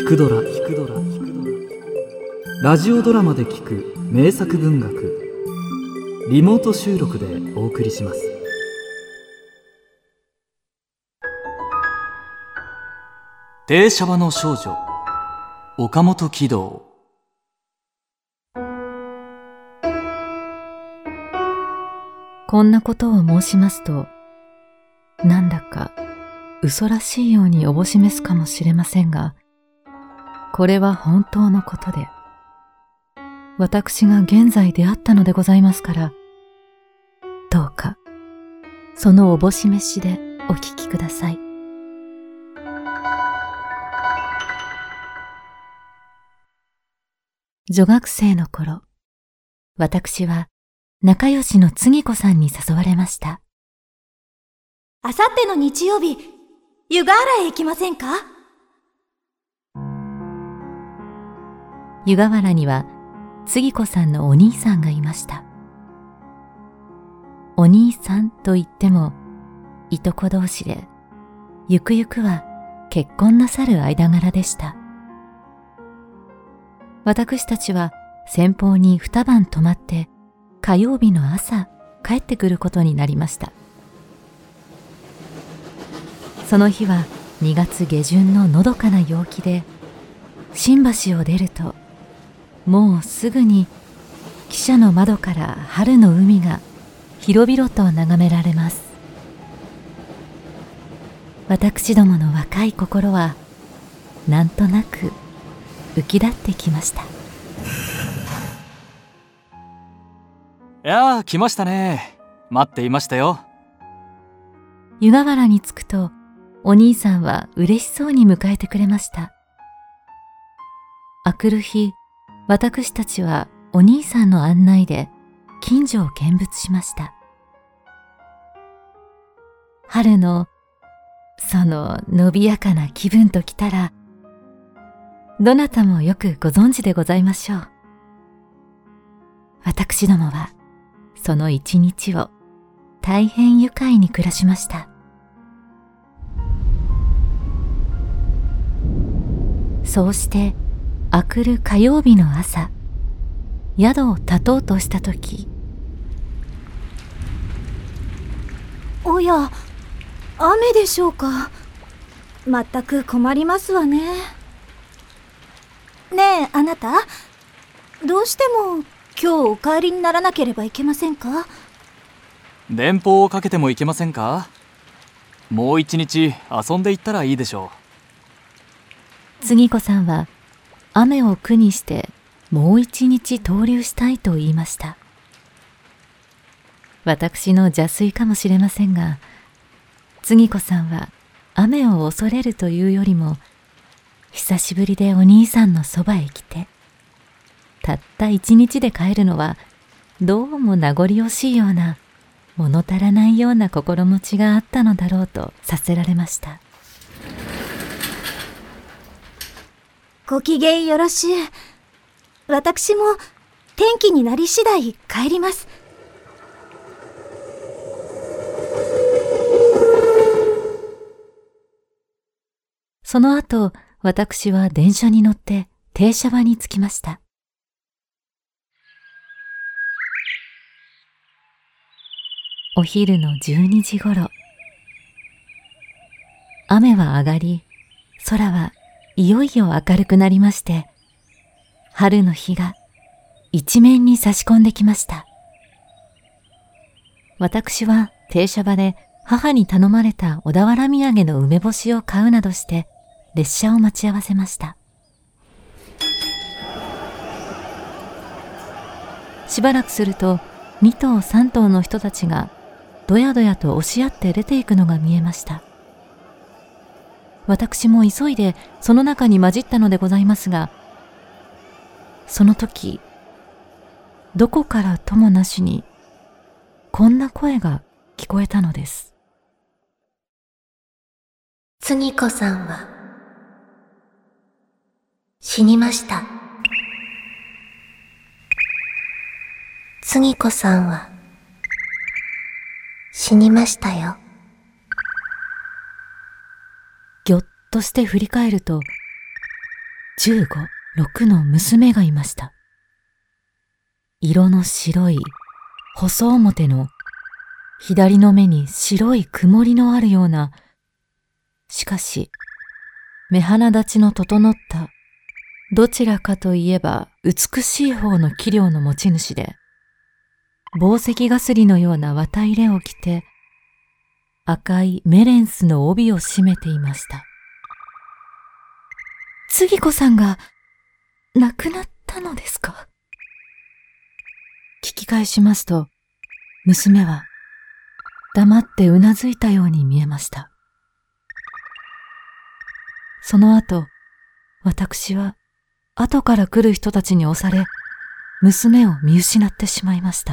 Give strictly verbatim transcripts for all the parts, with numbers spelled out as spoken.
聞くドラ聞くドララジオドラマで聞く名作文学、リモート収録でお送りします。停車場の少女、岡本喜道。 こんなことを申しますと、なんだか嘘らしいようにおぼしめすかもしれませんが、これは本当のことで、私が現在出会ったのでございますから、どうかそのおぼしめしでお聞きください。女学生の頃、私は仲良しの次子さんに誘われました。 あさっての日曜日、湯河原へ行きませんか？ 湯河原には次子さんのお兄さんがいました。お兄さんと言ってもいとこ同士で、ゆくゆくは結婚なさる間柄でした。私たちは先方に二晩泊まって火曜日の朝帰ってくることになりました。その日はにがつげじゅんののどかな陽気で、新橋を出るともうすぐに汽車の窓から春の海が広々と眺められます。私どもの若い心はなんとなく浮き立ってきました。 いやー、来ましたね。待っていましたよ。 湯河原に着くと、お兄さんは嬉しそうに迎えてくれました。あくる日、私たちはお兄さんの案内で近所を見物しました。春のその伸びやかな気分ときたら、どなたもよくご存知でございましょう。私どもはその一日を大変愉快に暮らしました。そうしてあくる火曜日の朝、宿を立とうとしたとき、 おや、雨でしょうか。まったく困りますわね。ねえ、あなた、どうしても今日お帰りにならなければいけませんか？ 電報をかけてもいけませんか？もう一日遊んでいったらいいでしょう。次子さんは雨を苦にしてもう一日逗留したいと言いました。私の邪推かもしれませんが、次子さんは雨を恐れるというよりも、久しぶりでお兄さんのそばへ来て、たった一日で帰るのはどうも名残惜しいような、物足らないような心持ちがあったのだろうとさせられました。 ご機嫌よろしゅう。私も天気になり次第帰ります。 その後、私は電車に乗って停車場に着きました。お昼のじゅうにじごろ、雨は上がり、空はいよいよ明るくなりまして、春の日が一面に差し込んできました。私は停車場で母に頼まれた小田原土産の梅干しを買うなどして列車を待ち合わせました。しばらくするとにとうさんとうの人たちがどやどやと押し合って出ていくのが見えました。私も急いでその中に混じったのでございますが、その時、どこからともなしにこんな声が聞こえたのです。 次子さんは死にました。次子さんは死にましたよ。 ぎょっとして振り返ると、 じゅうご、ろくの娘がいました。色の白い、細表の、左の目に白い曇りのあるような、しかし、目鼻立ちの整った、どちらかといえば美しい方の器量の持ち主で、紡績がすりのような綿入れを着て、赤いメレンスの帯を締めていました。 次子さんが亡くなったのですか？ 聞き返しますと、娘は黙ってうなずいたように見えました。その後、私は後から来る人たちに押され、娘を見失ってしまいました。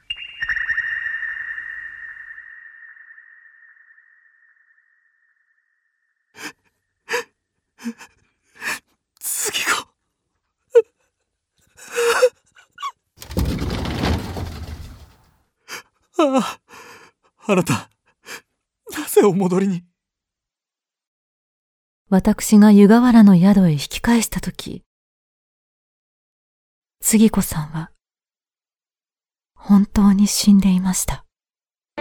次子。ああ、あなた、なぜお戻りに？ 私が湯河原の宿へ引き返したとき、次子さんは本当に死んでいました。 あ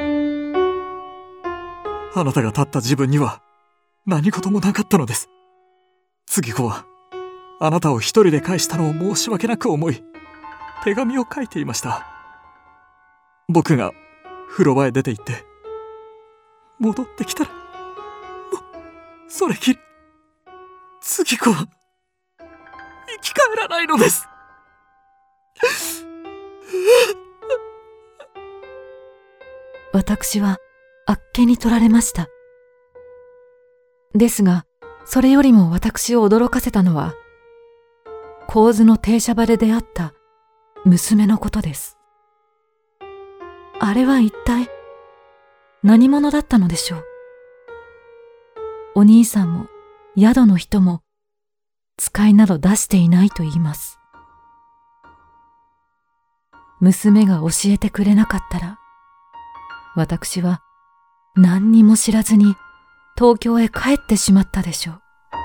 なたが立った自分には何事もなかったのです。次子はあなたを一人で返したのを申し訳なく思い、手紙を書いていました。僕が風呂場へ出て行って戻ってきたら、もうそれきり次子は生き返らないのです。 私はあっけに取られました。ですが、それよりも私を驚かせたのは、神津の停車場で出会った娘のことです。あれは一体何者だったのでしょう。お兄さんも宿の人も使いなど出していないと言います。娘が教えてくれなかったら、私は何にも知らずに東京へ帰ってしまったでしょう。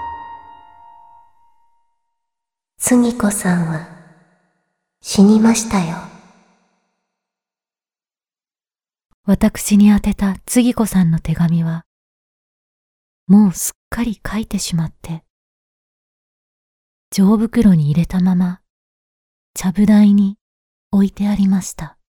次子さんは死にましたよ。 私に宛てた次子さんの手紙は、もうすっかり書いてしまって、錠袋に入れたまま、ちゃぶ台に置いてありました。